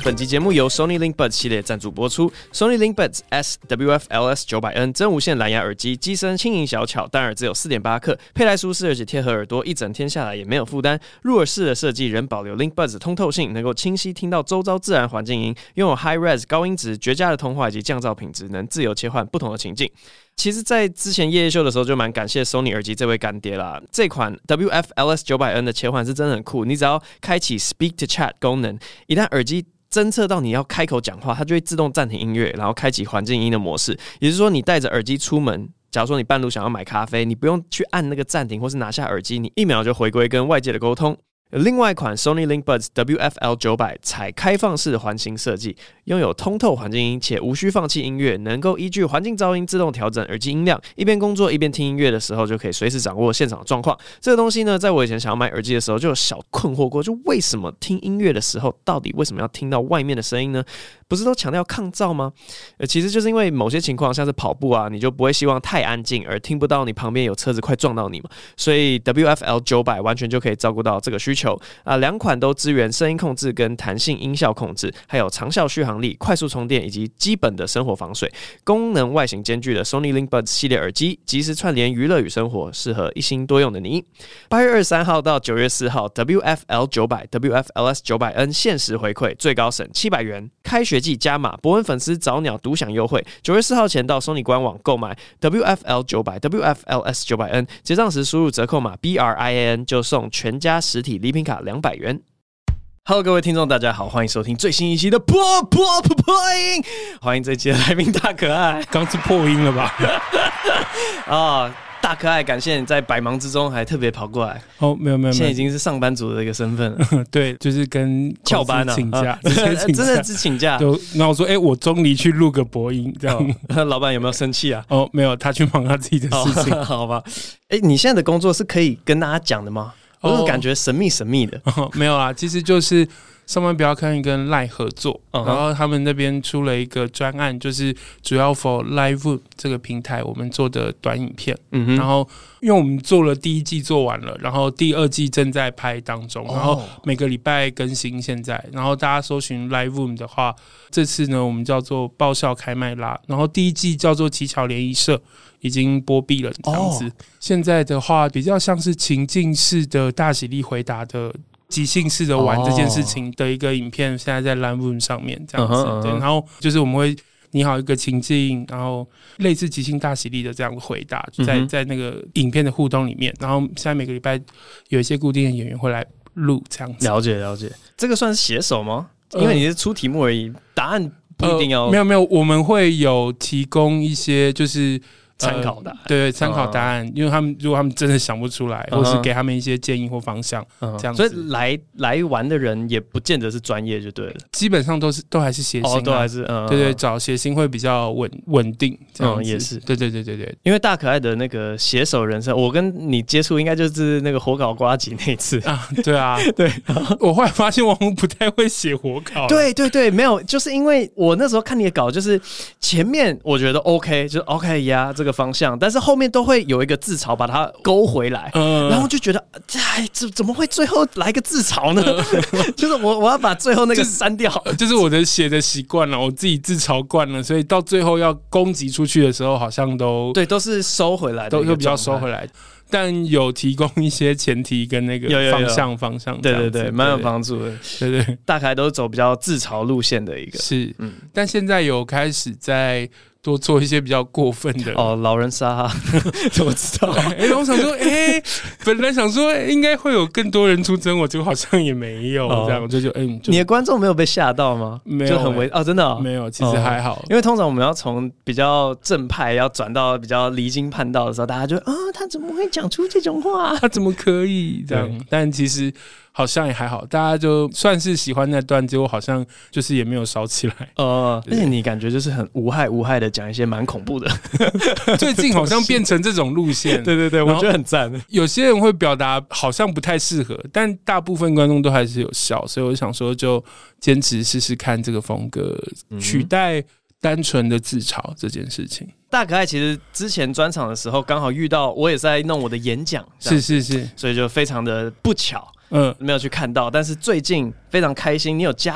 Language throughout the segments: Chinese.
本集节目由 Sony LinkBuds 系列赞助播出。Sony LinkBuds SWF-LS900N 真无线蓝牙耳机，机身轻盈小巧，单耳只有 4.8 克，佩戴舒适而且贴合耳朵，一整天下来也没有负担。入耳式的设计仍保留 LinkBuds 通透性，能够清晰听到周遭自然环境音，拥有 High Res 高音质、绝佳的通话以及降噪品质，能自由切换不同的情境。其实在之前夜夜秀的时候就蛮感谢 Sony 耳机这位干爹啦，这款 WF-LS900N 的切换是真的很酷，你只要开启 Speak to Chat 功能，一旦耳机侦测到你要开口讲话，它就会自动暂停音乐，然后开启环境音的模式。也就是说，你戴着耳机出门，假如说你半路想要买咖啡，你不用去按那个暂停或是拿下耳机，你1秒就回归跟外界的沟通。另外一款 Sony LinkBuds WF-L900 采开放式的环形设计，拥有通透环境音且无需放弃音乐，能够依据环境噪音自动调整耳机音量，一边工作一边听音乐的时候就可以随时掌握现场的状况。这个东西呢，在我以前想要买耳机的时候就有小困惑过，就为什么听音乐的时候到底为什么要听到外面的声音呢？不是都强调抗噪吗？其实就是因为某些情况像是跑步啊，你就不会希望太安静而听不到你旁边有车子快撞到你嘛，所以 WF-L900 完全就可以照顾到这个需求。两款都支援声音控制跟弹性音效控制，还有长效续航力、快速充电以及基本的生活防水，功能外形兼具的 Sony LinkBuds 系列耳机，即时串联娱乐与生活，适合一心多用的你。8月23号到9月4号 WF-L900 WF-LS900N 限时回馈，最高省700元。开学季加码，博恩粉丝早鸟独享优惠，9月4号前到 Sony 官网购买 WF-L900 WF-LS900N， 结账时输入折扣码 BRIAN 就送全家实体礼品卡200元。Hello， 各位听众，大家好，欢迎收听最新一期的破音，欢迎这一期的来宾大可爱。 刚是破音了吧？ 大可爱，感谢你在百忙之中还特别跑过来。 哦，没有， 现在已经是上班族的一个身份了。 对，就是跟翘班请假， 真的是请假。 然后我说，我中离去录个播音，这样。 老板有没有生气啊？ 哦，没有，他去忙他自己的事情。 好吧。你现在的工作是可以跟大家讲的吗？我是感觉神秘神秘的。 没有啦，其实就是上班不要看跟 LINE 合作，然后他们那边出了一个专案，就是主要 for Live 这个平台我们做的短影片。然后因为我们做了第1季做完了，然后第2季正在拍当中，然后每个礼拜更新现在，然后大家搜寻 Live 的话，这次呢我们叫做爆笑开麦拉，然后第1季叫做奇巧联谊社，已经播毕了这样子。现在的话比较像是情境式的大喜力回答的即兴式的玩这件事情的一个影片，现在在 Live 上面这样子。对，然后就是我们会拟好一个情境，然后类似即兴大喜力的这样的回答，在那个影片的互动里面，然后现在每个礼拜有一些固定的演员会来录这样子。 了解，这个算是写手吗？因为你是出题目而已，答案不一定要。 没有，我们会有提供一些就是参考的， 对，参考答案，因为如果他们真的想不出来，或是给他们一些建议或方向，这样子。 所以来玩的人也不见得是专业就对了， 基本上都还是谐星， 都还是对，找谐星会比较稳定，这样子。 也是， 对， 因为大可爱的那个写手人生，我跟你接触应该就是那个火烤呱吉那一次啊，对啊， 对。 我后来发现王宏不太会写火烤， 对，没有，就是因为我那时候看你的稿，就是前面我觉得 OK， 就是 OK 呀，这个方向，但是后面都会有一个自嘲把它勾回来，然后就觉得怎么会最后来个自嘲呢？就是我要把最后那个删掉， 就是我的写的习惯了，我自己自嘲惯了，所以到最后要攻击出去的时候，好像都是收回来的， 都比较收回来。但有提供一些前提跟那个方向， 对，蛮有帮助的。 对， 大概都是走比较自嘲路线的一个。 是，但现在有开始在多做一些比较过分的老人杀，怎么知道？ 我想说，本来想说应该会有更多人出征，我就好像也没有这样，就你的观众没有被吓到吗？ 没有， 就很真的没有，其实还好， 因为通常我们要从比较正派要转到比较离经叛道的时候，大家就他怎么会讲出这种话？ 他怎么可以这样？但其实好像也还好，大家就算是喜欢那段，结果好像就是也没有烧起来。 而且你感觉就是很无害的讲一些蛮恐怖的， 最近好像变成这种路线。 对，我觉得很赞。 有些人会表达好像不太适合，但大部分观众都还是有笑，所以我想说就坚持试试看这个风格，取代单纯的自嘲这件事情。 大可爱其实之前专场的时候刚好遇到，我也是在弄我的演讲， 是， 所以就非常的不巧。没有去看到，但是最近非常开心，你有加演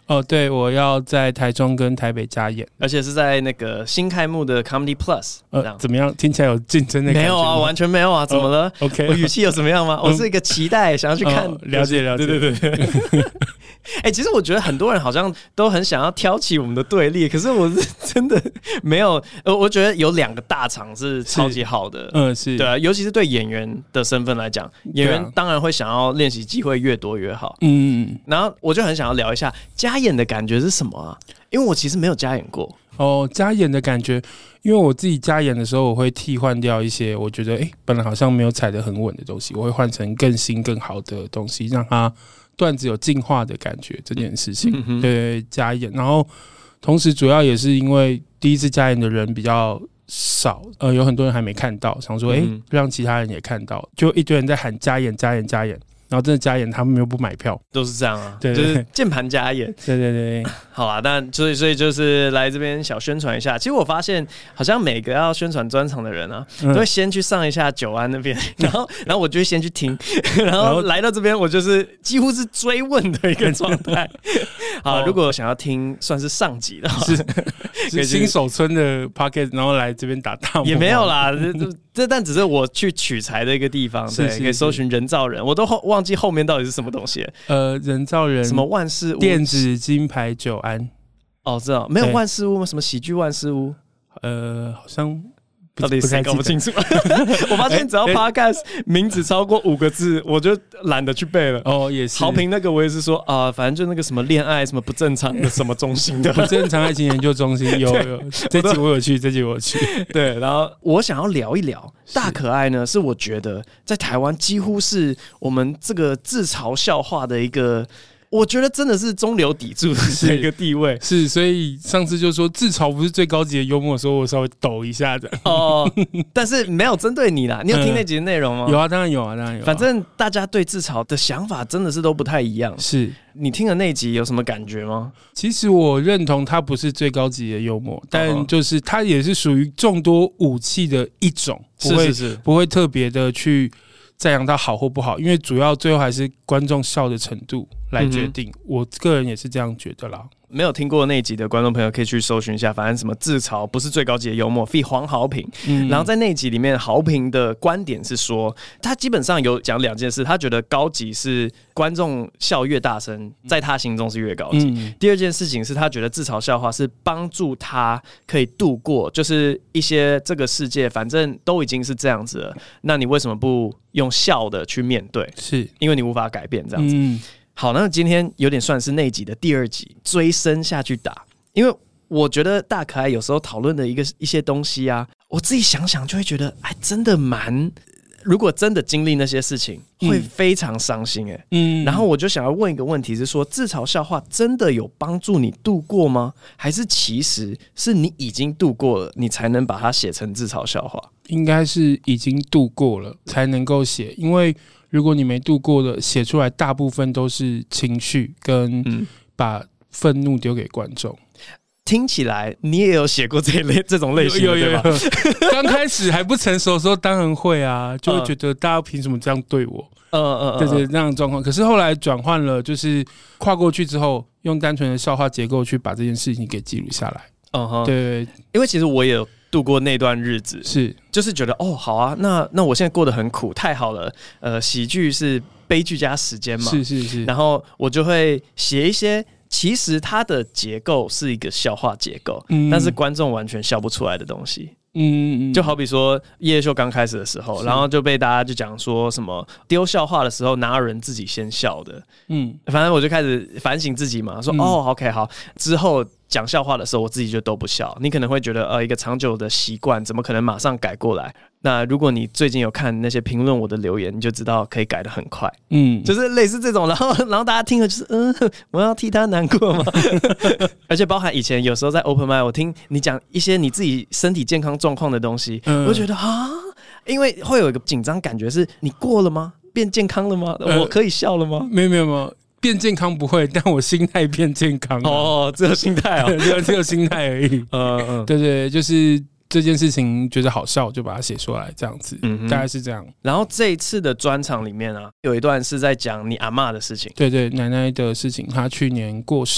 哦，对，我要在台中跟台北加演， 而且是在那个新开幕的 Comedy Plus。 怎么样？听起来有竞争的感觉？ 没有啊，完全没有啊，怎么了 ？OK， 我语气有怎么样吗？我是一个期待，想要去看。 了解了解， 对。其实我觉得很多人好像都很想要挑起我们的对立，可是我是真的没有。我觉得有2个大厂是超级好的， 是， 对啊，尤其是对演员的身份来讲，演员当然会想要练习机会越多越好。然后我就很想要聊一下加演的感觉是什么啊？因为我其实没有加演过。 加演的感觉，因为我自己加演的时候，我会替换掉一些我觉得本来好像没有踩得很稳的东西，我会换成更新更好的东西，让它段子有进化的感觉。这件事情，对，加演。然后同时主要也是因为第一次加演的人比较少，有很多人还没看到，想说让其他人也看到，就一堆人在喊加演加演加演。然后真的加演，他们又不买票， 都是这样啊， 对， 就是键盘加演， 对， 好啊，但所以就是来这边小宣传一下。其实我发现，好像每个要宣传专场的人啊，都会先去上一下九安那边，然后我就会先去听，然后来到这边，我就是几乎是追问的一个状态。好，如果想要听算是上集的话， 是新手村的 podcast， 然后来这边打大也没有啦，但只是我去取材的一个地方，对，可以搜寻人造人，我都忘记后面到底是什么东西。 人造人什么万事屋电子金牌九安， 知道没有万事屋吗？什么喜剧万事屋？ 好像。 到底谁搞不清楚？我发现只要 podcast 名字超过5个字，我就懒得去背了。 也是。 豪平那个我也是说反正就那个什么恋爱什么不正常的什么中心的， 不正常爱情研究中心有这集我有去， 对，然后我想要聊一聊大可爱呢，是我觉得在台湾几乎是我们这个自嘲笑话的一个。我觉得真的是中流砥柱的一个地位， 是，所以上次就说自嘲不是最高级的幽默的时候，我稍微抖一下的但是没有针对你啦。你有听那集的内容吗？ 有啊，当然有啊。 反正大家对自嘲的想法真的是都不太一样。 是你听的那集有什么感觉吗？ 其实我认同它不是最高级的幽默，但就是它也是属于众多武器的一种，不会特别的去赞扬它好或不好，因为主要最后还是观众笑的程度来决定。我个人也是这样觉得啦。 没有听过那一集的观众朋友可以去搜寻一下，反正什么自嘲不是最高级的幽默 feat. 黄豪平。然后在那一集里面，豪平的观点是说，他基本上有讲2件事，他觉得高级是观众笑越大声，在他心中是越高级。第2件事情是他觉得自嘲笑话是帮助他可以度过，就是一些这个世界反正都已经是这样子了，那你为什么不用笑的去面对？ 是因为你无法改变这样子。好，那今天有点算是那一集的第2集，追深下去打。因为我觉得大可爱有时候讨论的一些东西啊，我自己想想就会觉得，真的如果真的经历那些事情，会非常伤心然后我就想要问一个问题是说，自嘲笑话真的有帮助你度过吗？还是其实是你已经度过了，你才能把它写成自嘲笑话？ 应该是已经度过了才能够写，因为如果你没度过的，写出来大部分都是情绪跟把愤怒丢给观众。 听起来你也有写过这种类型的，对吧？ 刚开始还不成熟的时候，当然会啊，就会觉得大家凭什么这样对我？对，那样的状况。可是后来转换了，就是跨过去之后，用单纯的笑话结构去把这件事情给记录下来。对， 因为其实我也有度过那段日子，就是觉得好啊，那我现在过得很苦，太好了。喜剧是悲剧加时间嘛， 是， 然后我就会写一些。其实它的结构是一个笑话结构，但是观众完全笑不出来的东西。就好比说夜夜秀刚开始的时候，然后就被大家就讲说什么丢笑话的时候哪有人自己先笑的。反正我就开始反省自己嘛，说OK 好，之后讲笑话的时候我自己就都不笑。你可能会觉得一个长久的习惯怎么可能马上改过来？那如果你最近有看那些评论我的留言，你就知道可以改得很快。就是类似这种，然后大家听了就是我要替他难过吗？而且包含以前有时候在 Open Mic 我听你讲一些你自己身体健康状况的东西，我就觉得因为会有一个紧张感觉，是你过了吗？变健康了吗？我可以笑了吗？ 没有。变健康不会，但我心态变健康只有心态只有心态而已。对，就是这件事情觉得好笑，就把它写出来，这样子，大概是这样。 然后这一次的专场里面啊，有一段是在讲你阿嬷的事情。 对，奶奶的事情，她去年过世了。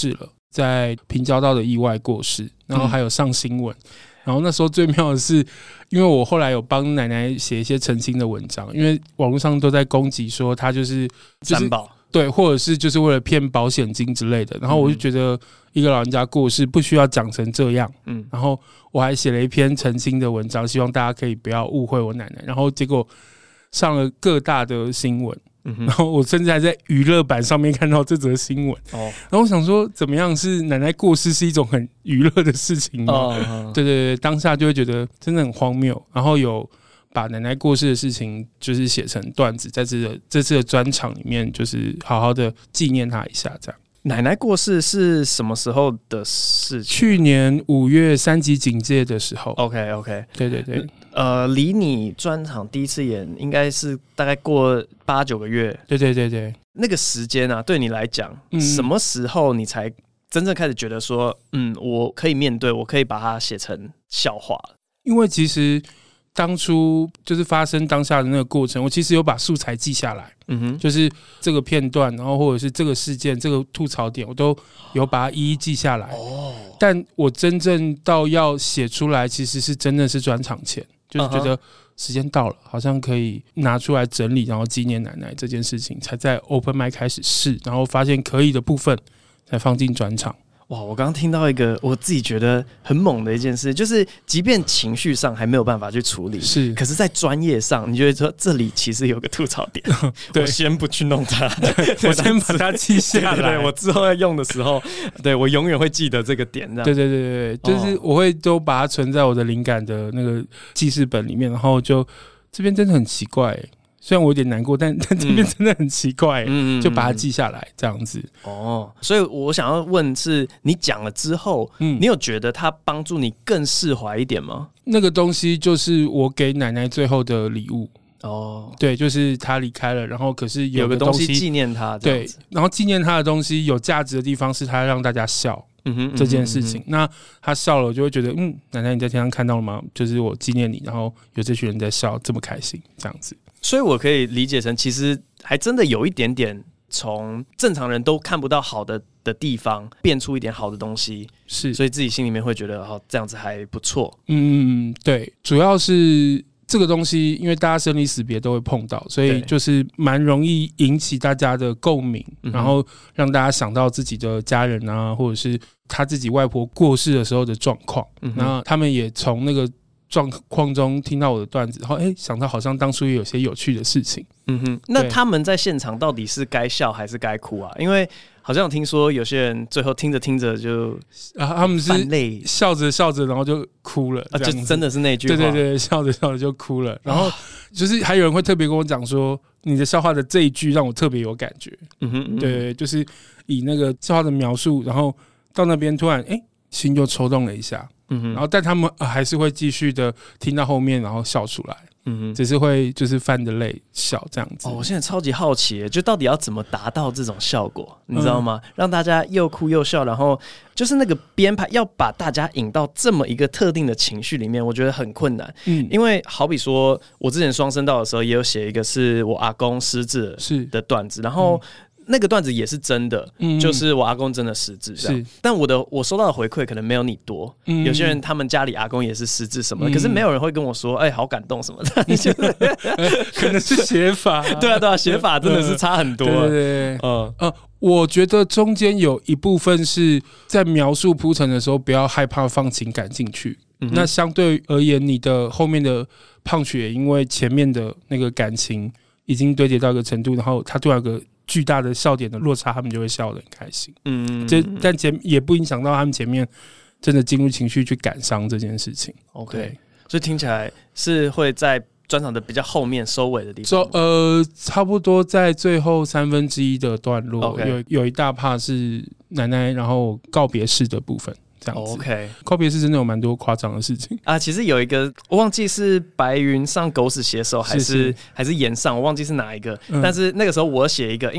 在平交道的意外过世，然后还有上新闻。然后那时候最妙的是，因为我后来有帮奶奶写一些澄清的文章，因为网络上都在攻击说她就是三宝， 对，或者是就是为了骗保险金之类的。然后我就觉得一个老人家过世不需要讲成这样，然后我还写了一篇澄清的文章，希望大家可以不要误会我奶奶。然后结果上了各大的新闻。然后我甚至还在娱乐版上面看到这则新闻，然后我想说，怎么样是奶奶过世是一种很娱乐的事情吗？对对对，当下就会觉得真的很荒谬。然后有把奶奶过世的事情就是写成段子，在这次的专场里面，就是好好的纪念她一下，这样。 奶奶过世是什么时候的事情？ 去年5月3级警戒的时候。 OK， 对对对。 离你专场第一次演应该是大概过8、9个月。 对对对对。 那个时间啊，对你来讲，什么时候你才真正开始觉得说，我可以面对，我可以把它写成笑话？ 因为其实当初就是发生当下的那个过程，我其实有把素材记下来，就是这个片段，然后或者是这个事件、这个吐槽点，我都有把它一一记下来。但我真正到要写出来，其实是真的是专场前，就是觉得时间到了，好像可以拿出来整理，然后纪念奶奶这件事情，才在 open mic 开始试，然后发现可以的部分，才放进专场。 哇！我刚刚听到一个我自己觉得很猛的一件事，就是即便情绪上还没有办法去处理，可是在专业上，你觉得说这里其实有个吐槽点，我先不去弄它， 我先把它记下来， 对，我之后要用的时候，对我永远会记得这个点。 对对对对，就是我会都把它存在我的灵感的那个记事本里面，然后就这边真的很奇怪。虽然我有点难过，但这边真的很奇怪，就把它记下来这样子。 所以我想要问是，你讲了之后，你有觉得它帮助你更释怀一点吗？ 那个东西就是我给奶奶最后的礼物。对，就是她离开了，然后可是有个东西纪念她， 对，然后纪念她的东西有价值的地方是她让大家笑。这件事情，那他笑了，我就会觉得，奶奶你在天上看到了吗？就是我纪念你，然后有这群人在笑，这么开心，这样子。 所以我可以理解成，其实还真的有一点点从正常人都看不到好的地方变出一点好的东西， 是， 所以自己心里面会觉得，这样子还不错。 对，主要是这个东西，因为大家生离死别都会碰到，所以就是蛮容易引起大家的共鸣，然后让大家想到自己的家人啊，或者是他自己外婆过世的时候的状况，然后他们也从那个状况中听到我的段子，然后想到好像当初也有些有趣的事情。 那他们在现场到底是该笑还是该哭啊？因为好像有听说有些人最后听着听着就他们是笑着笑着然后就哭了， 就真的是那句话， 对对对，笑着笑着就哭了。然后就是还有人会特别跟我讲说，你的笑话的这一句让我特别有感觉。对，就是以那个笑话的描述，然后到那边突然心就抽动了一下。然后但他们还是会继续的听到后面，然后笑出来。只是会就是泛着泪笑这样子。 我现在超级好奇，就到底要怎么达到这种效果，你知道吗？让大家又哭又笑，然后就是那个编排要把大家引到这么一个特定的情绪里面，我觉得很困难。因为好比说我之前双声道的时候也有写一个是我阿公失智的段子，然后那个段子也是真的，就是我阿公真的失智这样。但我收到的回馈可能没有你多，有些人他们家里阿公也是失智什么的，可是没有人会跟我说，好感动什么的。 可能是写法， 对啊，写法真的是差很多。 对，我觉得中间有一部分是在描述铺陈的时候，不要害怕放情感进去。那相对而言，你的后面的punch也因为前面的那个感情已经堆叠到一个程度，然后他突然有个巨大的笑点的落差，他们就会笑得很开心。但也不影响到他们前面真的进入情绪去感伤这件事情。 OK， 所以听起来是会在专场的比较后面收尾的地方。 差不多在最后1/3的段落，有一大 part 是奶奶，然后告别式的部分。这样子 OK， 告别式真的有蛮多夸张的事情啊。其实有一个我忘记是白云上狗屎写手还是岩上，我忘记是哪一个。但是那个时候我写一个，因为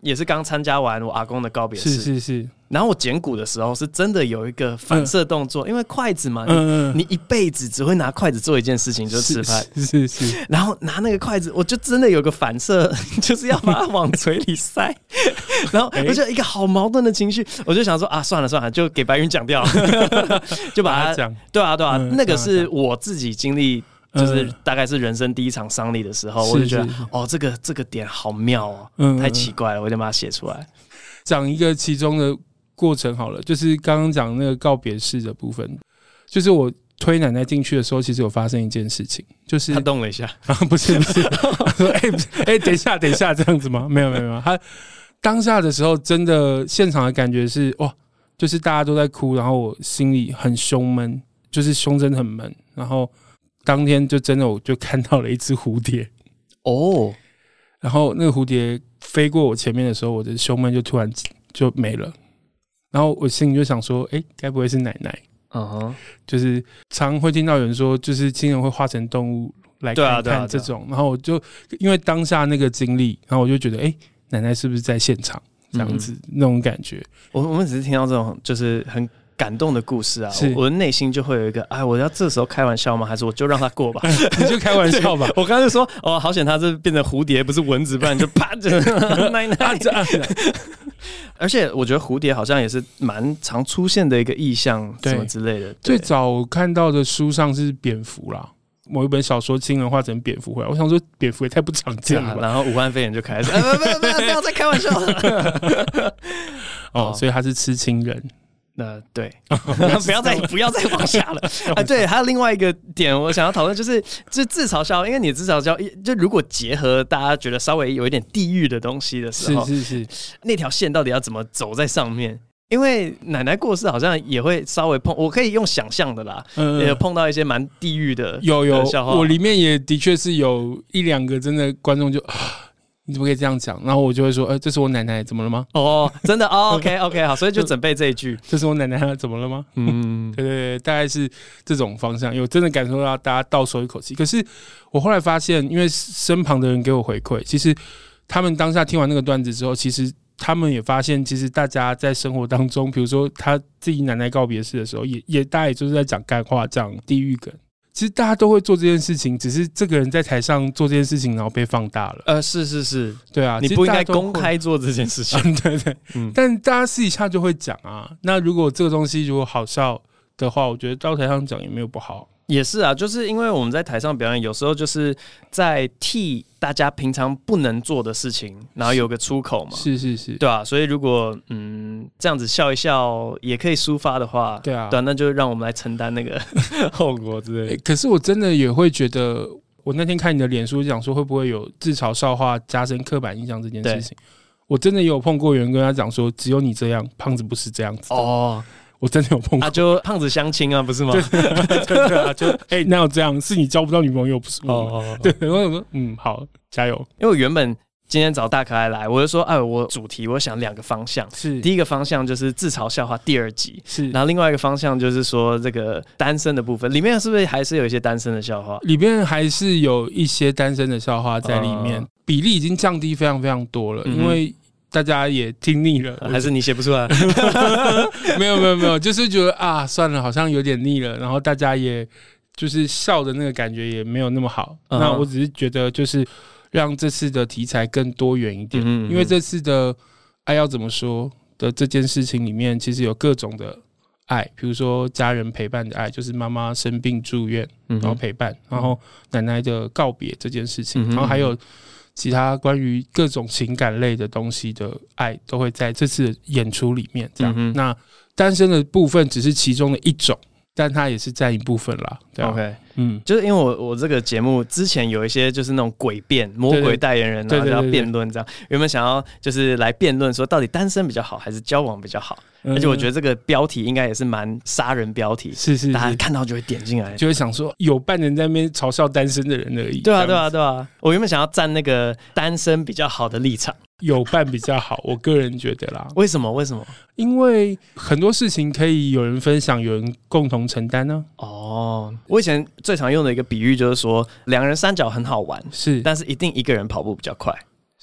也是刚参加完我阿公的告别式， 是。 然后我捡骨的时候是真的有一个反射动作，因为筷子嘛，你一辈子只会拿筷子做一件事情，就是吃饭， 是。 然后拿那个筷子，我就真的有个反射，就是要把它往嘴里塞，然后我就一个好矛盾的情绪，我就想说啊，算了，就给白云讲掉了，就把它讲。对啊，那个是我自己经历。就是大概是人生第一场丧礼的时候，我就觉得哦，这个点好妙哦，太奇怪了，我就把它写出来。 讲一个其中的过程好了，就是刚刚讲那个告别式的部分，就是我推奶奶进去的时候，其实有发生一件事情，就是她动了一下啊，不是，她说等一下这样子吗？没有，她当下的时候，真的现场的感觉是哇，就是大家都在哭，然后我心里很胸闷，就是胸真的很闷，然后。当天就真的我就看到了一只蝴蝶哦，然后那个蝴蝶飞过我前面的时候，我的胸闷就突然就没了，然后我心里就想说，该不会是奶奶？就是常会听到有人说，就是亲人会化成动物来看看这种，然后我就因为当下那个经历，然后我就觉得，奶奶是不是在现场这样子那种感觉？ 我们只是听到这种就是很。感动的故事啊，我的内心就会有一个，我要这时候开玩笑吗？还是我就让他过吧？ 你就开玩笑吧。 我刚才就说，哦，好险，他是变成蝴蝶，不是蚊子，不然就啪就奶奶。而且我觉得蝴蝶好像也是蛮常出现的一个意象，什么之类的。 最早看到的书上是蝙蝠啦。某一本小说亲人化成蝙蝠回来，我想说蝙蝠也太不常见了吧。 然后武汉肺炎就开始，不要再开玩笑了。 所以他是吃亲人。 对，不要再往下了对，还有另外一个点，我想要讨论就是自嘲笑，因为你自嘲笑，就如果结合大家觉得稍微有一点地狱的东西的时候， 是那条线到底要怎么走在上面？因为奶奶过世好像也会稍微碰，我可以用想象的啦，也有碰到一些蛮地狱的有笑话。 我里面也的确是有一两个真的观众就。你怎么可以这样讲？然后我就会说，这是我奶奶，怎么了吗？ 哦，真的哦 ，OK， 好，所以就准备这一句， 这是我奶奶，怎么了吗？对，大概是这种方向，有真的感受到大家倒抽一口气。可是我后来发现，因为身旁的人给我回馈，其实他们当下听完那个段子之后，其实他们也发现，其实大家在生活当中，比如说他自己奶奶告别式的时候，也大家也就是在讲干话，讲地狱梗。其实大家都会做这件事情，只是这个人在台上做这件事情，然后被放大了。 是， 对啊， 你不应该公开做这件事情。 对，但大家私底下就会讲啊。那如果这个东西如果好笑的话，我觉得到台上讲也没有不好。 也是啊，就是因为我们在台上表演，有时候就是在替大家平常不能做的事情，然后有个出口嘛。 是， 对啊。所以如果这样子笑一笑也可以抒发的话， 对啊， 那就让我们来承担那个后果之类的。 可是我真的也会觉得，我那天看你的脸书讲说，会不会有自嘲笑话加深刻板印象这件事情？我真的也有碰过有人跟他讲说，只有你这样，胖子不是这样子的。哦。我真的有碰过就胖子相亲啊，不是吗？ 对啊，就哪有这样？是你交不到女朋友，不是我。对，我说好，加油。 因为我原本今天找大可爱来，我就说，我主题我想两个方向， 是第一个方向就是自嘲笑话第2集， 是， 然后另外一个方向就是说这个单身的部分，里面是不是还是有一些单身的笑话？ 里面还是有一些单身的笑话在里面，比例已经降低非常非常多了，因为。大家也听腻了， 还是你写不出来？ 没有，就是觉得算了，好像有点腻了。然后大家也就是笑的那个感觉也没有那么好。那我只是觉得，就是让这次的题材更多元一点，因为这次的爱要怎么说的这件事情里面，其实有各种的爱，比如说家人陪伴的爱，就是妈妈生病住院，然后陪伴，然后奶奶的告别这件事情，然后还有。其他关于各种情感类的东西的爱都会在这次的演出里面，这样。那单身的部分只是其中的一种，但它也是占一部分啦。对 OK， 就是因为我这个节目之前有一些就是那种诡辩魔鬼代言人，然后就要辩论这样。原本想要就是来辩论说到底单身比较好还是交往比较好。而且我觉得这个标题应该也是蛮杀人标题， 是， 大家看到就会点进来， 就会想说有半人在那边嘲笑单身的人而已。 对啊，我原本想要站那个单身比较好的立场， 有伴比较好，我个人觉得啦。 为什么？ 因为很多事情可以有人分享，有人共同承担呢。 我以前最常用的一个比喻就是说，两人三角很好玩， 是， 但是一定一个人跑步比较快。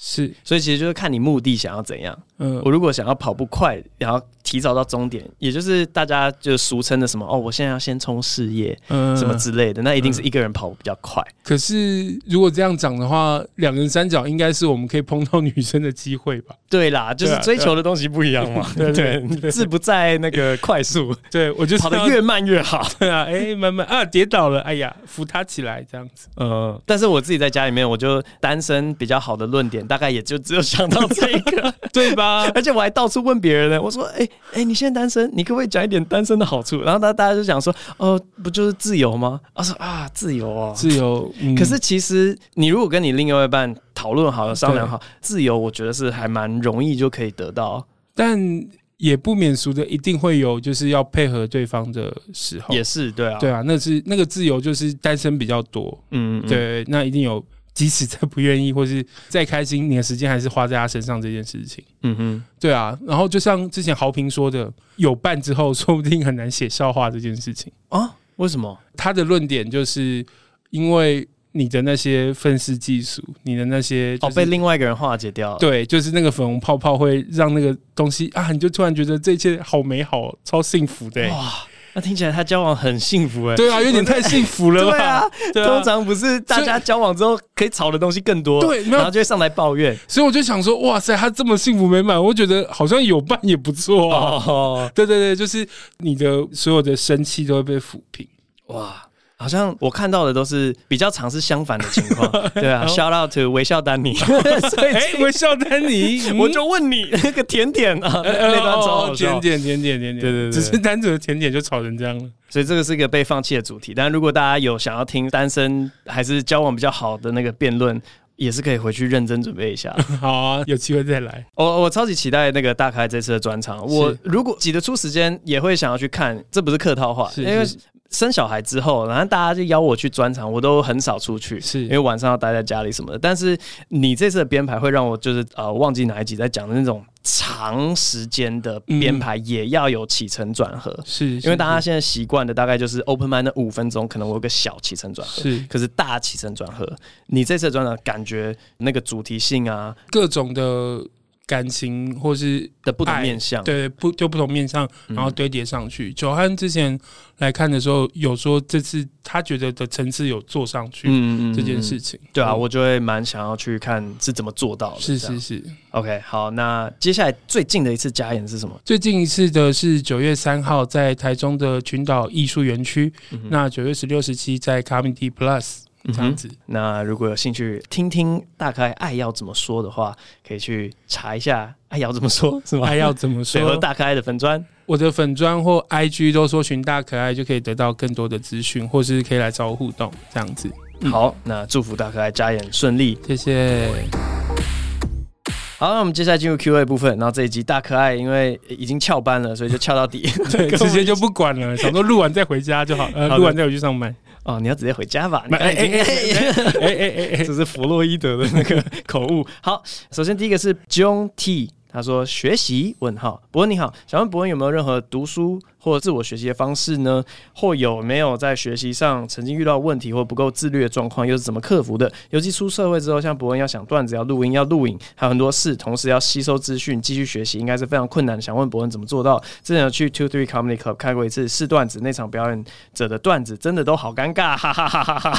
是， 所以其实就是看你目的想要怎样。我如果想要跑步快，然后提早到终点，也就是大家就俗称的什么我现在要先冲事业，什么之类的，那一定是一个人跑步比较快。 可是如果这样讲的话，两人三角应该是我们可以碰到女生的机会吧？ 对啦，就是追求的东西不一样嘛。对，志不在那个快速， 对我就是跑得越慢越好。 对啊，慢慢跌倒了，哎呀，扶他起来这样子。 但是我自己在家里面，我就单身比较好的论点，大概也就只有想到这个， 对吧？ 而且我还到处问别人呢，我说，你现在单身，你可不可以讲一点单身的好处？然后大家就讲说，不就是自由吗？我说自由哦， 自由。 可是其实你如果跟你另外一半讨论好了、商量好，自由，我觉得是还蛮容易就可以得到， 但也不免俗的一定会有就是要配合对方的时候， 也是对啊， 对啊，那个自由就是单身比较多，对，那一定有。即使再不愿意，或是再开心，你的时间还是花在他身上这件事情。对啊。然后就像之前豪平说的，有伴之后，说不定很难写笑话这件事情啊？为什么？ 他的论点就是因为你的那些愤世嫉俗，你的那些被另外一个人化解掉了。 对，就是那个粉红泡泡会让那个东西你就突然觉得这一切好美好，超幸福的。哇！ 那听起来他交往很幸福对啊，有点太幸福了吧？ 对啊，通常不是大家交往之后可以吵的东西更多，对，然后就会上来抱怨。 所以我就想说，哇塞，他这么幸福美满，我觉得好像有伴也不错啊。对，就是你的所有的生气都会被抚平。哇！ 好像我看到的都是比较常是相反的情况，对啊。Shout out to 微笑丹尼， 微笑丹尼， 我就问你那个甜点那段超好笑， 甜点，对，只是单纯的甜点就吵成这样了。 所以这个是一个被放弃的主题，但如果大家有想要听单身还是交往比较好的那个辩论，也是可以回去认真准备一下。 好啊，有机会再来。 我超级期待那个大开这次的专场，我如果挤得出时间，也会想要去看。这不是客套话，因为生小孩之后，然后大家就邀我去专场，我都很少出去，因为晚上要待在家里什么的。但是你这次的编排会让我就是忘记哪一集在讲的那种长时间的编排，也要有起承转合，因为大家现在习惯的大概就是 open mind 那5分钟，可能我有个小起承转合，可是大起承转合，你这次的专场感觉那个主题性啊， 各种的感情或是的不同面向， 对，不同面向，然后堆叠上去。久汉之前来看的时候，有说这次他觉得的层次有做上去这件事情， 对啊，我就会蛮想要去看是怎么做到的。 是 ，OK， 好，那接下来最近的一次加演是什么？ 最近一次的是9月3号在台中的群岛艺术园区，那9月16、17在 Comedy Plus。这样子， 那如果有兴趣听听大概爱要怎么说的话，可以去查一下爱要怎么说，是吗？ 爱要怎么说？ 和大可爱的粉专， 我的粉专或 IG 都搜寻大可爱，就可以得到更多的资讯，或是可以来找我互动，这样子。 好，那祝福大可爱加演顺利， 谢谢。 好，那我们接下来进入 Q&A 部分。然后这一集大可爱因为已经翘班了，所以就翘到底， 对，直接就不管了，想说录完再回家就好，录完再回去上班。 你要直接回家吧？这是弗洛伊德的那个口误。好，首先第一个是 John T。他说：“学习？问号，伯恩你好，想问伯恩有没有任何读书或自我学习的方式呢？或有没有在学习上曾经遇到问题或不够自律的状况，又是怎么克服的？尤其出社会之后，像伯恩要想段子、要录音、要录影，还有很多事，同时要吸收资讯、继续学习，应该是非常困难。想问伯恩怎么做到？之前有去 23 Comedy Club 看过一次试段子，那场表演者的段子真的都好尴尬，哈哈哈哈哈。”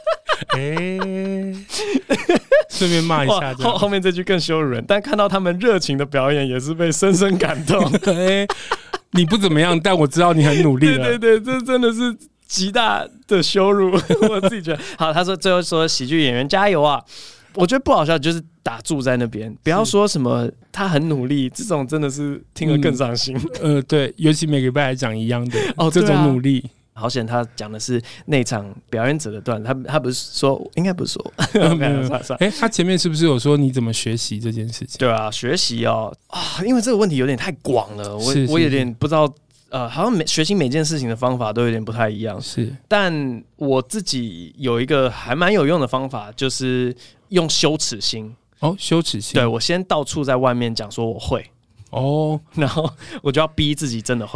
顺便骂一下， 后面这句更羞辱人。但看到他们热情的表演，也是被深深感动。 你不怎么样，但我知道你很努力了。 对，这真的是极大的羞辱，我自己觉得。好，他说最后说喜剧演员加油啊！我觉得不好笑，就是打住在那边，不要说什么他很努力，这种真的是听了更伤心。 对，尤其每个礼拜来讲一样的这种努力。 好险，他讲的是那场表演者的段子，他不是说，应该不是说， 他前面是不是有说你怎么学习这件事情？ 对啊，学习因为这个问题有点太广了，我有点不知道，好像学习每件事情的方法都有点不太一样。是，但我自己有一个还蛮有用的方法，就是用羞耻心。 羞耻心。 对，我先到处在外面讲说我会，然后我就要逼自己真的会。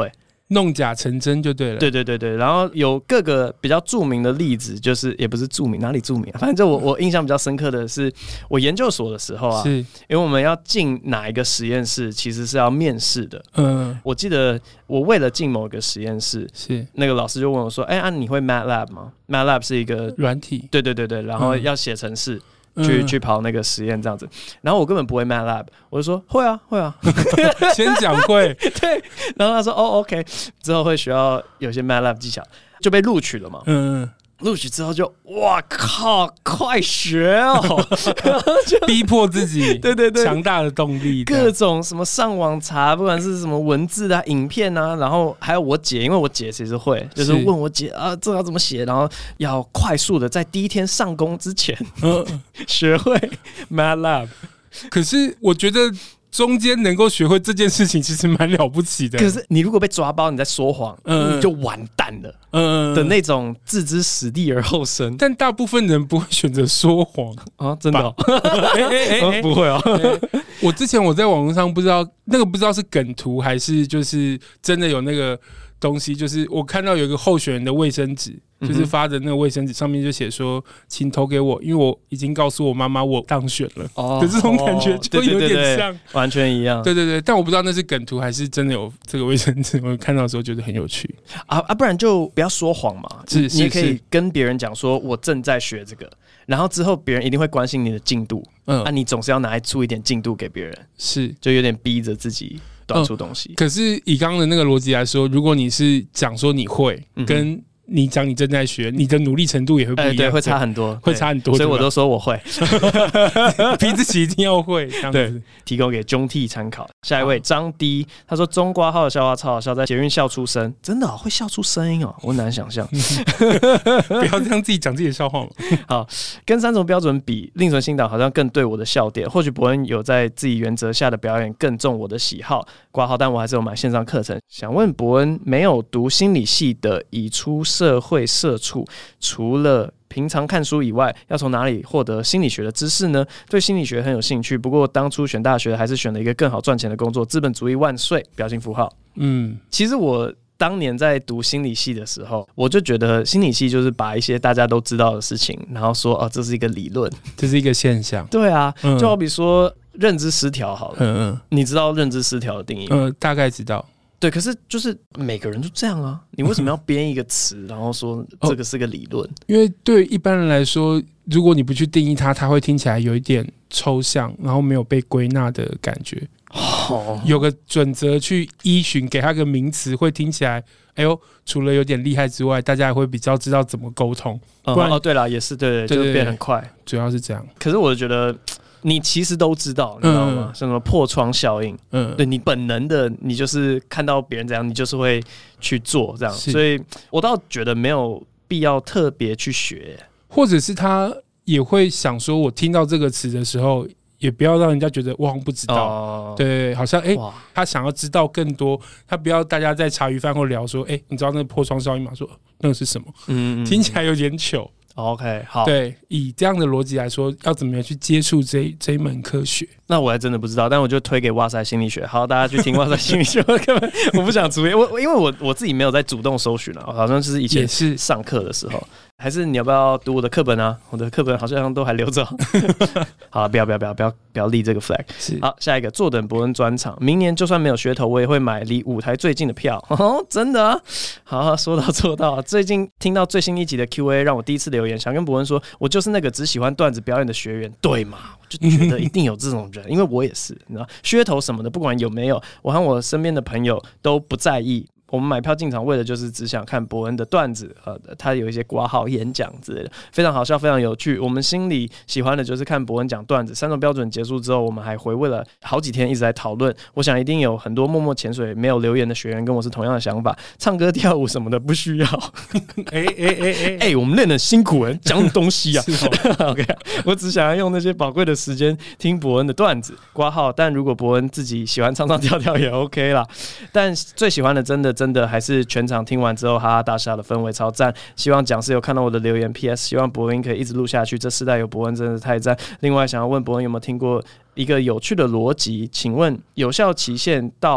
弄假成真就对了。 对对对对，然后有各个比较著名的例子，就是也不是著名，哪里著名啊？反正就我印象比较深刻的是，我研究所的时候啊， 是因为我们要进哪一个实验室，其实是要面试的。我记得我为了进某一个实验室， 是那个老师就问我说：“你会 MATLAB 吗？MATLAB 是一个软体。” 对对对对，然后要写程式。去跑那个实验这样子，然后我根本不会 MATLAB， 我就说会啊会啊， 先讲会， 对，然后他说OK， 之后会需要有些 MATLAB 技巧，就被录取了嘛。录取之后就哇靠，快学哦， 逼迫自己， 对对对， 强大的动力， 各种什么上网查，不管是什么文字啊、影片啊，然后还有我姐，因为我姐其实会，就是问我姐啊，这要怎么写，然后要快速的在第一天上工之前学会 MATLAB。 可是我觉得中间能够学会这件事情，其实蛮了不起的。 可是你如果被抓包，你在说谎，你就完蛋了。的那种置之死地而后生， 但大部分人不会选择说谎啊，真的、哦？不会哦。 我之前我在网络上不知道那个不知道是梗图还是就是真的有那个东西，就是我看到有一个候选人的卫生纸，就是发的那个卫生纸上面就写说，请投给我，因为我已经告诉我妈妈我当选了。的这种感觉就有点像， 完全一样。 对对对，但我不知道那是梗图还是真的有这个卫生纸。我看到的时候觉得很有趣不然就不要说谎嘛。你也可以跟别人讲说，我正在学这个，然后之后别人一定会关心你的进度。你总是要拿来出一点进度给别人， 是就有点逼着自己端出东西。 可是以刚刚的那个逻辑来说，如果你是讲说你会，跟你讲你正在学，你的努力程度也会不一样， 对，会差很多， 会差很多， 所以我都说我会， 逼自己一定要会，这样子。 对，提供给中 T 参考。下一位张 D， 他说中括号的笑话超好笑，在捷运笑出声，真的、会笑出声音哦，我难想象。 不要这样自己讲自己的笑话嘛。 好，跟三重标准比，另存新档好像更对我的笑点。或许伯恩有在自己原则下的表演更中我的喜好，括号，但我还是有买线上课程。想问伯恩，没有读心理系的已出社会社畜，除了平常看书以外，要从哪里获得心理学的知识呢？对心理学很有兴趣，不过当初选大学还是选了一个更好赚钱的工作，资本主义万岁！表情符号。其实我当年在读心理系的时候，我就觉得心理系就是把一些大家都知道的事情，然后说这是一个理论， 这是一个现象。 对啊，就好比说认知失调好了，你知道认知失调的定义吗？ 大概知道。 对，可是就是每个人就这样啊，你为什么要编一个词，然后说这个是个理论？ 因为对一般人来说，如果你不去定义它，它会听起来有一点抽象，然后没有被归纳的感觉。有个准则去依循，给它个名词，会听起来，除了有点厉害之外，大家也会比较知道怎么沟通。不然对啦，也是对，就变很快， 主要是这样。 可是我觉得。你其实都知道，你知道吗？像什么破窗效应，对你本能的，你就是看到别人怎样，你就是会去做这样。所以我倒觉得没有必要特别去学， 或者是他也会想说，我听到这个词的时候，也不要让人家觉得我好像不知道，对，好像他想要知道更多，他不要大家在茶余饭后聊说，你知道那个破窗效应吗？说那个是什么？听起来有点糗。 OK， 好， 对，以这样的逻辑来说，要怎么样去接触这一门科学？ 那我还真的不知道，但我就推给哇塞心理学。好，大家去听哇塞心理学。我不想出演，因为我自己没有在主动搜寻啊，好像就是以前是上课的时候。还是你要不要读我的课本啊？我的课本好像都还留着。好，不要立这个 flag。好，下一个坐等伯恩专场，明年就算没有噱头，我也会买离舞台最近的票。真的啊？好，说到做到。最近听到最新一集的 Q&A， 让我第一次留言，想跟伯恩说，我就是那个只喜欢段子表演的学员，对嘛？我就觉得一定有这种人，因为我也是，你知道，噱头什么的，不管有没有，我和我身边的朋友都不在意。我们买票进场为的就是只想看伯恩的段子，他有一些括号演讲之类的，非常好笑，非常有趣。我们心里喜欢的就是看伯恩讲段子。三种标准结束之后，我们还回味了好几天，一直在讨论。我想一定有很多默默潜水没有留言的学员跟我是同样的想法。唱歌跳舞什么的不需要。我们练得辛苦，讲什么东西啊？OK， 我只想要用那些宝贵的时间听伯恩的段子，括号。但如果伯恩自己喜欢唱唱跳跳也 OK 啦。但最喜欢的真的还是全场听完之后哈哈大笑的氛围超赞。希望讲师有看到我的留言 PS， 希望伯恩可以一直录下去，这世代有伯恩真的太赞。另外想要问伯恩有没有听过一个有趣的逻辑，请问有效期限到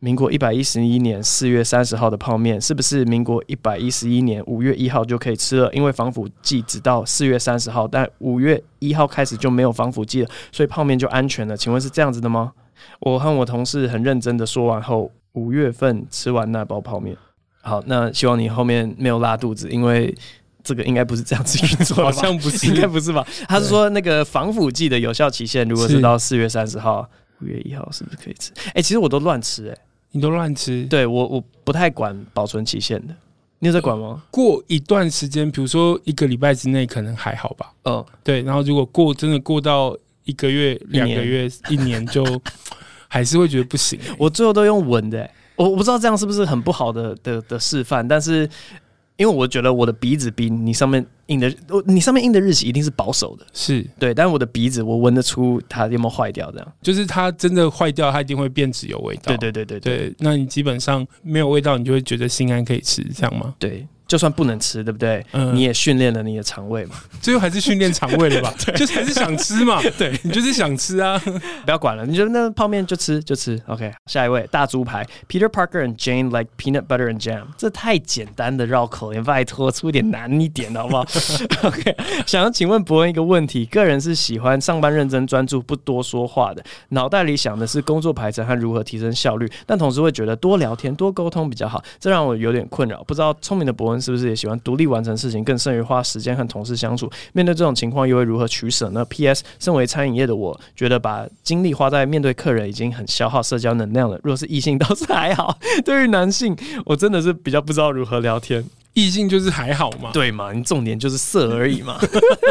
民国111年4月30号的泡面，是不是民国111年5月1号就可以吃了？因为防腐剂只到4月30号，但5月1号开始就没有防腐剂了，所以泡面就安全了。请问是这样子的吗？我和我同事很认真的说完后，5月份吃完那包泡面。好，那希望你后面没有拉肚子，因为这个应该不是这样子运作的吧， 好像不是， 应该不是吧？他是说那个防腐剂的有效期限，如果是到4月30号，5月1号是不是可以吃？其实我都乱吃你都乱吃？ 对，我不太管保存期限的。你有在管吗？ 过一段时间，比如说1个礼拜之内，可能还好吧。对。然后如果真的过到1个月、2个月、1年，就还是会觉得不行。 我最后都用闻的我不知道这样是不是很不好的示范，但是因为我觉得我的鼻子比你上面印的日期一定是保守的，是对，但是我的鼻子我闻得出它有没有坏掉，这样就是它真的坏掉，它一定会变质有味道。对，那你基本上没有味道，你就会觉得心安可以吃，这样吗？ 对。就算不能吃，对不对？你也训练了你的肠胃嘛。 最后还是训练肠胃了吧？就是还是想吃嘛。对，你就是想吃啊， 不要管了。你觉得那泡面就吃。OK， 下一位大猪排 ，Peter Parker and Jane like peanut butter and jam。这太简单的绕口令，拜托出一点难一点好不好？OK， 想要请问伯恩一个问题：个人是喜欢上班认真专注、不多说话的，脑袋里想的是工作排程和如何提升效率，但同时会觉得多聊天、多沟通比较好，这让我有点困扰。不知道聪明的伯恩是不是也喜欢独立完成事情，更胜于花时间和同事相处？面对这种情况，又会如何取舍呢 ？PS， 身为餐饮业的我，觉得把精力花在面对客人已经很消耗社交能量了。如果是异性倒是还好，对于男性，我真的是比较不知道如何聊天。 异性就是还好嘛， 对嘛？你重点就是色而已嘛。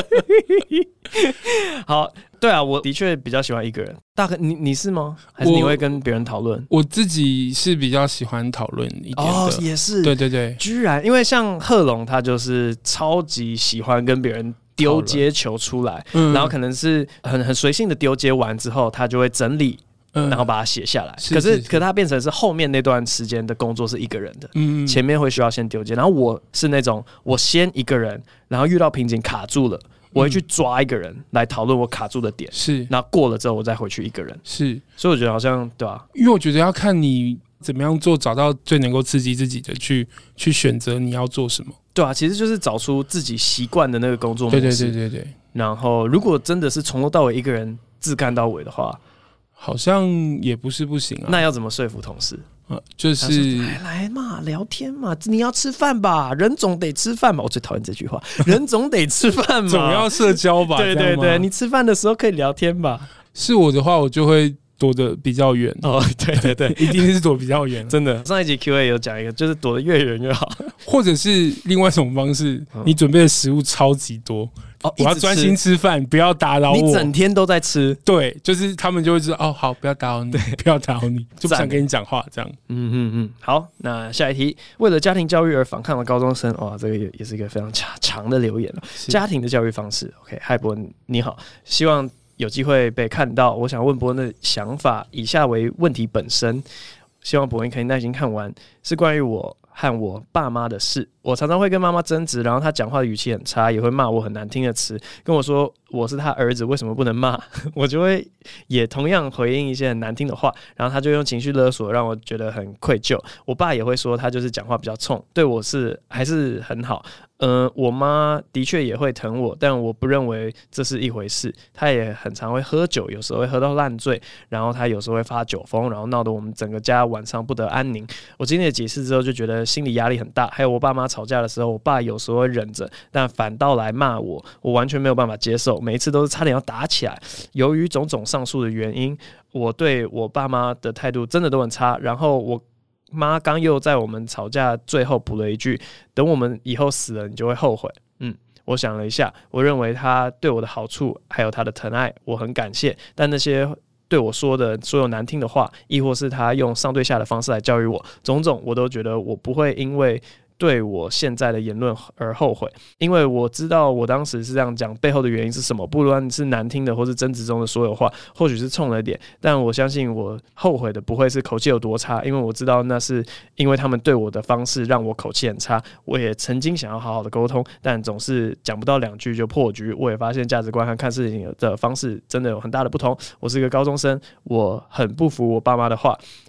好，对啊，我的确比较喜欢一个人。大哥，你是吗？还是你会跟别人讨论？ 我自己是比较喜欢讨论一点的。 也是， 对， 居然因为像贺龙，他就是超级喜欢跟别人丢接球出来，然后可能是很随性的丢接完之后，他就会整理。然后把它写下来，可他变成是后面那段时间的工作是一个人的，前面会需要先丢接，然后我是那种我先一个人，然后遇到瓶颈卡住了，我会去抓一个人来讨论我卡住的点，是，然后过了之后我再回去一个人，是，所以我觉得好像对吧？ 因为我觉得要看你怎么样做，找到最能够刺激自己的，去选择你要做什么。 对啊，其实就是找出自己习惯的那个工作模式。 对。 然后如果真的是从头到尾一个人自干到尾的话， 好像也不是不行啊。 那要怎么说服同事？ 就是来嘛，聊天嘛，你要吃饭吧，人总得吃饭嘛。我最讨厌这句话，人总得吃饭嘛， 总要社交吧。 对，你吃饭的时候可以聊天吧。 是我的话，我就会躲得比较远。 对， 一定是躲比较远。 真的，上一集 Q&A 有讲一个，就是躲得越远越好， 或者是另外一种方式，你准备的食物超级多。我要专心吃饭，不要打扰我。 你整天都在吃， 对，就是他们就会知道好，不要打扰你，不要打扰你，就不想跟你讲话，这样。 好，那下一题，为了家庭教育而反抗的高中生，哇，这个也是一个非常长的留言了。家庭的教育方式 ，OK， 嗨伯恩你好，希望有机会被看到。我想问伯恩的想法，以下为问题本身，希望伯恩可以耐心看完，是关于我和我爸妈的事。我常常会跟妈妈争执，然后她讲话的语气很差，也会骂我很难听的词，跟我说我是他儿子，为什么不能骂？我就会也同样回应一些很难听的话，然后他就用情绪勒索，让我觉得很愧疚。我爸也会说他就是讲话比较冲，对我还是很好。我妈的确也会疼我，但我不认为这是一回事。她也很常会喝酒，有时候会喝到烂醉，然后她有时候会发酒疯，然后闹得我们整个家晚上不得安宁。我经历了几次之后，就觉得心理压力很大。还有我爸妈吵架的时候，我爸有时候会忍着，但反倒来骂我，我完全没有办法接受，每一次都是差点要打起来。由于种种上述的原因，我对我爸妈的态度真的都很差。然后我妈刚又在我们吵架最后补了一句，等我们以后死了你就会后悔。我想了一下，我认为他对我的好处还有他的疼爱我很感谢，但那些对我说的所有难听的话，亦或是他用上对下的方式来教育我，种种我都觉得我不会因为对我现在的言论而后悔，因为我知道我当时是这样讲背后的原因是什么，不论是难听的或是争执中的所有话，或许是冲了点，但我相信我后悔的不会是口气有多差，因为我知道那是因为他们对我的方式让我口气很差。我也曾经想要好好的沟通，但总是讲不到2句就破局。我也发现价值观和看事情的方式真的有很大的不同。我是一个高中生，我很不服我爸妈的话，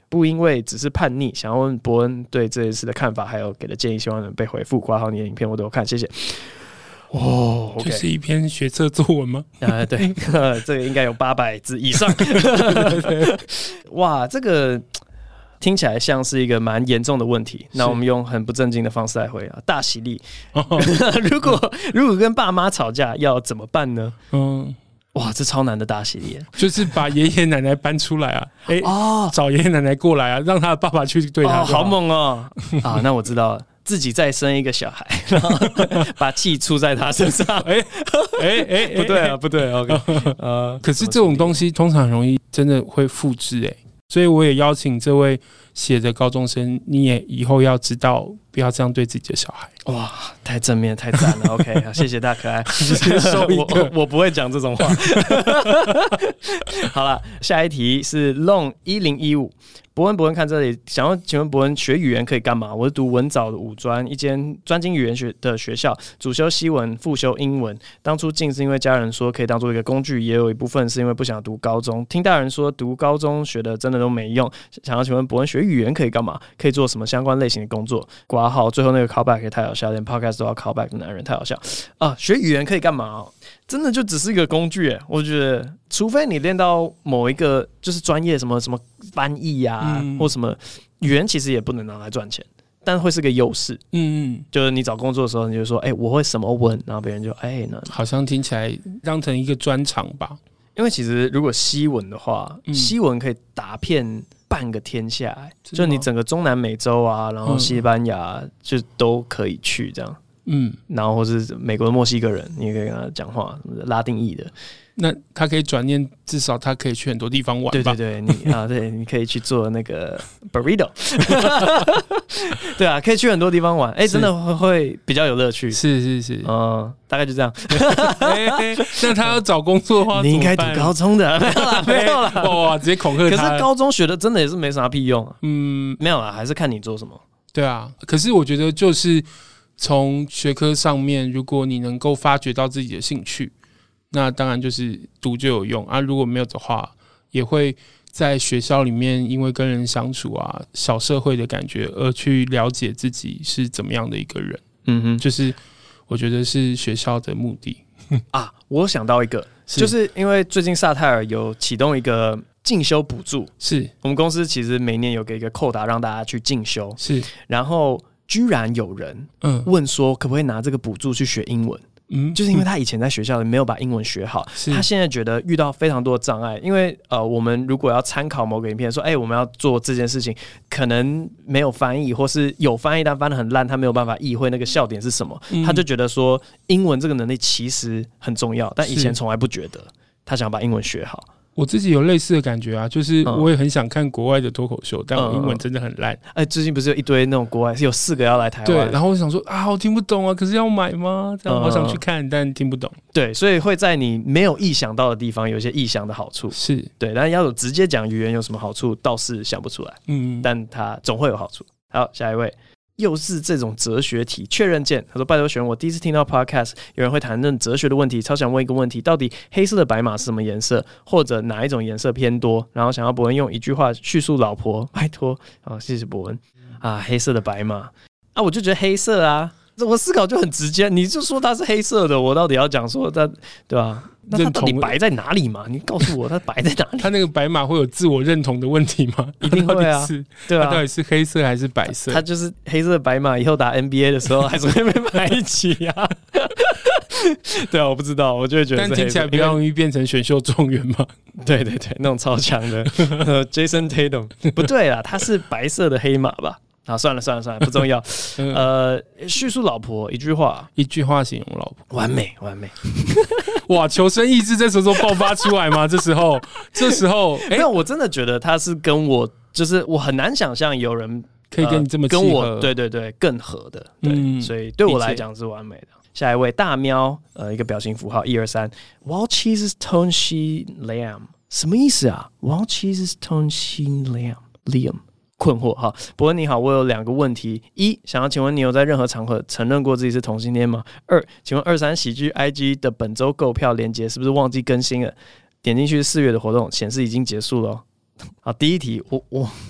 不因为只是叛逆，想要问伯恩对这件事的看法，还有给的建议，希望能被回复。括号你的影片我都有看，谢谢。哦， 这是一篇学测作文吗？ 对，这个应该有800字以上。哇，这个听起来像是一个蛮严重的问题。那我们用很不正经的方式来回答。大喜力，如果跟爸妈吵架要怎么办呢？哇，这超难的大喜力， 就是把爷爷奶奶搬出来啊！找爷爷奶奶过来啊，让他的爸爸去对他。 好猛哦！啊，那我知道了。自己再生一个小孩，然后把气出在他身上。不对啊，不对 ，OK。 可是这种东西通常很容易真的会复制所以我也邀请这位写的高中生，你也以后要知道，不要这样对自己的小孩。 哇，太正面，太赞了 ！OK， 谢谢大可爱，我不会讲这种话。好了，下一题是 Long1015。伯恩看这里，想要请问伯恩学语言可以干嘛？我是读文藻的5专，一间专精语言的学校，主修西文，副修英文。当初进是因为家人说可以当做一个工具，也有一部分是因为不想读高中。听大人说读高中学的真的都没用，想要请问伯恩学语言可以干嘛？可以做什么相关类型的工作？括号最后那个 callback 也太好笑，连 podcast 都要 callback 的男人太好笑啊！学语言可以干嘛？真的就只是一个工具我觉得，除非你练到某一个就是专业什么翻译啊，或什么语言，其实也不能拿来赚钱，但会是个优势。就是你找工作的时候，你就说，我会什么文，然后别人就那好像听起来当成一个专长吧。 因为其实如果西文的话，西文可以打遍半个天下，就你整个中南美洲啊，然后西班牙就都可以去这样。然后或是美国的墨西哥人，你也可以跟他讲话，拉丁裔的。 那他可以转念，至少他可以去很多地方玩吧？ 对，你可以去做那个 burrito。对啊，可以去很多地方玩，真的会比较有乐趣。 是， 大概就这样。 那他要找工作的话， 你应该读高中的，没有啦， 哇，直接恐吓他。 可是高中学的真的也是没啥屁用。没有啦，还是看你做什么。 对啊，可是我觉得就是从学科上面，如果你能够发掘到自己的兴趣，那当然就是读就有用啊。如果没有的话，也会在学校里面因为跟人相处啊，小社会的感觉而去了解自己是怎么样的一个人。就是我觉得是学校的目的啊。我想到一个，就是因为最近萨泰尔有启动一个进修补助，是我们公司其实每年有给一个扣打让大家去进修，是，然后居然有人问说可不可以拿这个补助去学英文。就是因为他以前在学校里没有把英文学好，他现在觉得遇到非常多的障碍。因为我们如果要参考某个影片说，我们要做这件事情，可能没有翻译，或是有翻译但翻得很烂，他没有办法意会那个笑点是什么。他就觉得说，英文这个能力其实很重要，但以前从来不觉得。他想把英文学好。 我自己有类似的感觉啊，就是我也很想看国外的脱口秀，但我英文真的很烂。 最近不是有一堆那种国外，是有4个要来台湾， 对，然后我想说我听不懂啊，可是要买吗？这样好想去看，但听不懂。 对，所以会在你没有意想到的地方有一些意想的好处，是对，但要有直接讲语言有什么好处，倒是想不出来。但它总会有好处。好，下一位。又是这种哲学题，确认键。他说：“拜托选我第一次听到 podcast， 有人会谈论哲学的问题，超想问一个问题：到底黑色的白马是什么颜色，或者哪一种颜色偏多？然后想要伯恩用一句话叙述老婆，拜托。好，谢谢伯恩啊。黑色的白马啊，我就觉得黑色啊，我思考就很直接，你就说它是黑色的，我到底要讲说它，对吧？那它到底白在哪里嘛？你告诉我它白在哪里？ 它那个白马会有自我认同的问题吗？ 一定会啊，对啊， 它到底是黑色还是白色？ 它就是黑色的白马，以后打 NBA 的时候还是会被摆一起啊。对啊，我不知道，我就会觉得是黑色， 但听起来比较容易变成选秀状元嘛。 对，那种超强的Jason Tatum 不对啦，他是白色的黑马吧？好，算了，不重要。叙述老婆一句话形容老婆， 完美。 哇，求生意志这时候爆发出来吗？这时候， 没有，我真的觉得他是跟我，就是我很难想象有人可以跟你这么契合， 跟我对更合的，对，所以对我来讲是完美的。下一位大喵，一个表情符号1、2、3 ，Wild cheese tonshi lamb 什么意思啊 ？Wild cheese tonshi lamb。困惑哈，伯恩你好，我有2个问题：一，想要请问你有在任何场合承认过自己是同性恋吗？2，请问23喜剧 IG 的本周购票连结是不是忘记更新了？点进去是4月的活动，显示已经结束了。好，第一题，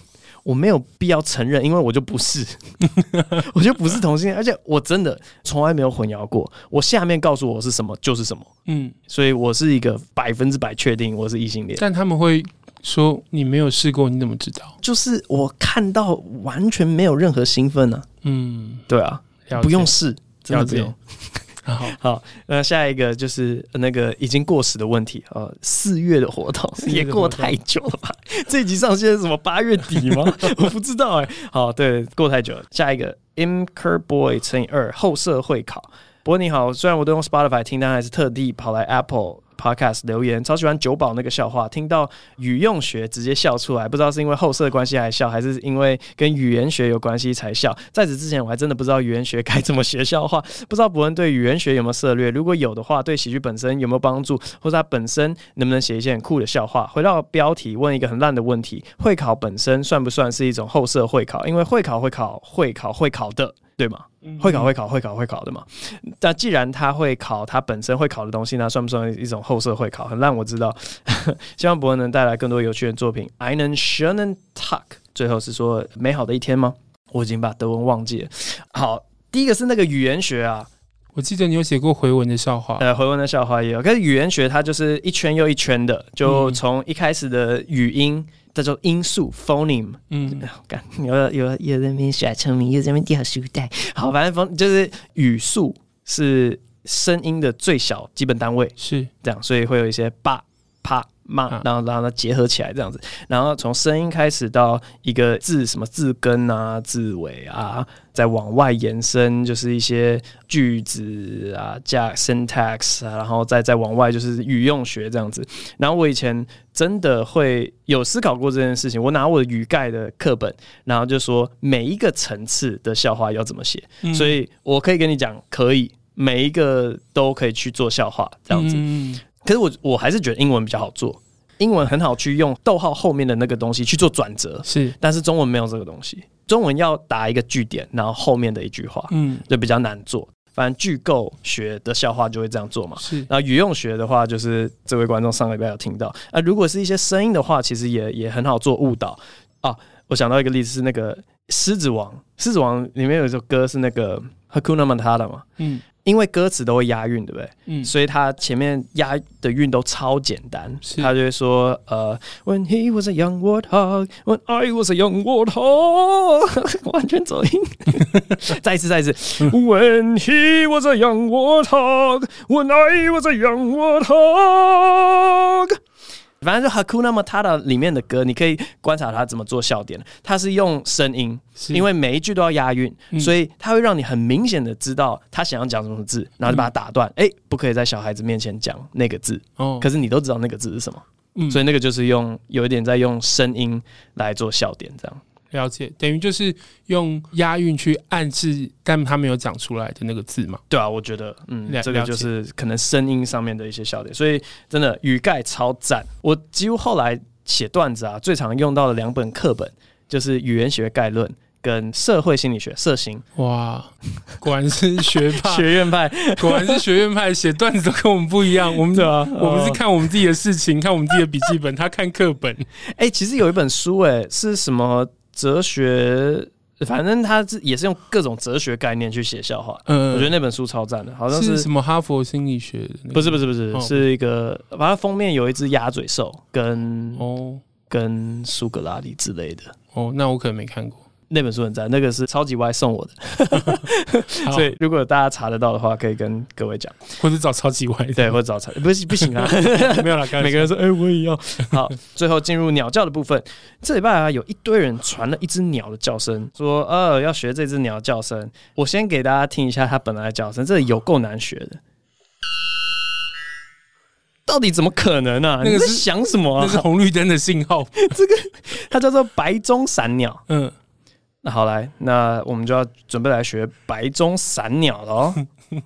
我没有必要承认，因为我就不是，我就不是同性恋，而且我真的从来没有混淆过。我下面告诉我是什么就是什么，所以我是一个100%确定我是异性恋。 但他们会说你没有试过，你怎么知道？ 就是我看到完全没有任何兴奋啊，对啊，不用试，真的不用。好，那下一个就是那个已经过时的问题，4月的活动也过太久了吧？这一集上线是什么8月底吗？我不知道好，对，过太久了。下一个 Imker Boy 乘以2后设会考。伯你好，虽然我都用 Spotify 听，但还是特地跑来 Apple Podcast 留言，超喜欢九宝那个笑话，听到语用学直接笑出来，不知道是因为后设关系还笑，还是因为跟语言学有关系才笑。在此之前我还真的不知道语言学该怎么学笑话，不知道伯恩对语言学有没有涉略，如果有的话对喜剧本身有没有帮助，或者它本身能不能写一些很酷的笑话。回到标题，问一个很烂的问题，会考本身算不算是一种后设会考？因为会考的对吗？会考的嘛。但既然他会考他本身会考的东西，那算不算一种后设会考？很烂，我知道。希望伯恩能带来更多有趣的作品。Einen schönen Tag。最后是说美好的一天吗？我已经把德文忘记了。好，第一个是那个语言学啊。 我记得你有写过回文的笑话， 回文的笑话也有。可是语言学它就是一圈又一圈的，就从一开始的语音。叫做音素 phoneme， 有在那边耍聪明，又在那边掉书袋。好，反正就是语速是声音的最小基本单位，是这样，所以会有一些爸、啪、嘛，然后它结合起来这样子，然后从声音开始到一个字，什么字根啊、字尾啊，再往外延伸，就是一些句子啊、加 syntax 啊，然后再往外就是语用学这样子。然后我以前真的会有思考过这件事情，我拿我的语概的课本，然后就说每一个层次的笑话要怎么写，所以我可以跟你讲，可以每一个都可以去做笑话这样子。可是我还是觉得英文比较好做，英文很好去用逗号后面的那个东西去做转折，是，但是中文没有这个东西，中文要打一个句点，然后后面的一句话，就比较难做。反正句构学的笑话就会这样做嘛，是。然后语用学的话，就是这位观众上个礼拜有听到，如果是一些声音的话，其实也很好做误导啊。我想到一个例子是那个《狮子王》，《狮子王》里面有一首歌是那个 Hakuna Matata 嘛，因为歌词都会押韵，对不对？所以他前面押的韵都超简单，他就会说When he was a young warthog, when I was a young warthog， 完全走音。再一次。When he was a young warthog, when I was a young warthog。反正就 Hakuna Matata 里面的歌，你可以观察他怎么做笑点。他是用声音，因为每一句都要押韵，所以他会让你很明显的知道他想要讲什么字，然后就把它打断。不可以在小孩子面前讲那个字，可是你都知道那个字是什么，所以那个就是有一点在用声音来做笑点，这样。 了解，等于就是用押韵去暗示，但他没有讲出来的那个字嘛？ 对啊，我觉得，这个就是可能声音上面的一些笑点，所以真的语概超赞。我几乎后来写段子啊，最常用到的2本课本就是语言学概论跟社会心理学社心。 哇，果然是学派学院派， 果然是学院派，写段子都跟我们不一样。我们是看我们自己的事情，看我们自己的笔记本，他看课本。 其实有一本书，是什么？哲学，反正他也是用各种哲学概念去写笑话。我觉得那本书超赞的，好像是什么哈佛心理学的、那个？不是，是一个，反正封面有一只鸭嘴兽跟苏格拉底之类的。 那我可能没看过。 那本书很赞，那个是超级歪送我的，所以如果大家查得到的话，可以跟各位讲， 或者找超级歪， 对，或者找不行啊，没有啦，每个人说，我也要。好，最后进入鸟叫的部分。这礼拜啊，有一堆人传了一只鸟的叫声，说要学这只鸟叫声。我先给大家听一下它本来的叫声，这有够难学的。到底怎么可能啊？你在想什么啊？ 那是红绿灯的信号。 这个它叫做白钟闪鸟。那好来，那我们就要准备来学白钟闪鸟了哦。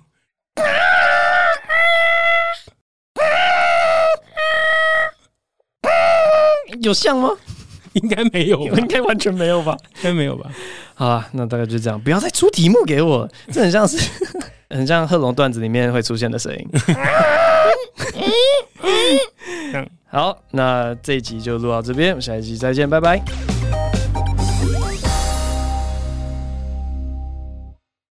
有像吗？ 应该没有吧， 应该完全没有吧？ 应该没有吧？ 好啊，那大概就这样，不要再出题目给我，这很像是很像贺龙段子里面会出现的声音。好，那这一集就录到这边，我们下一集再见，拜拜。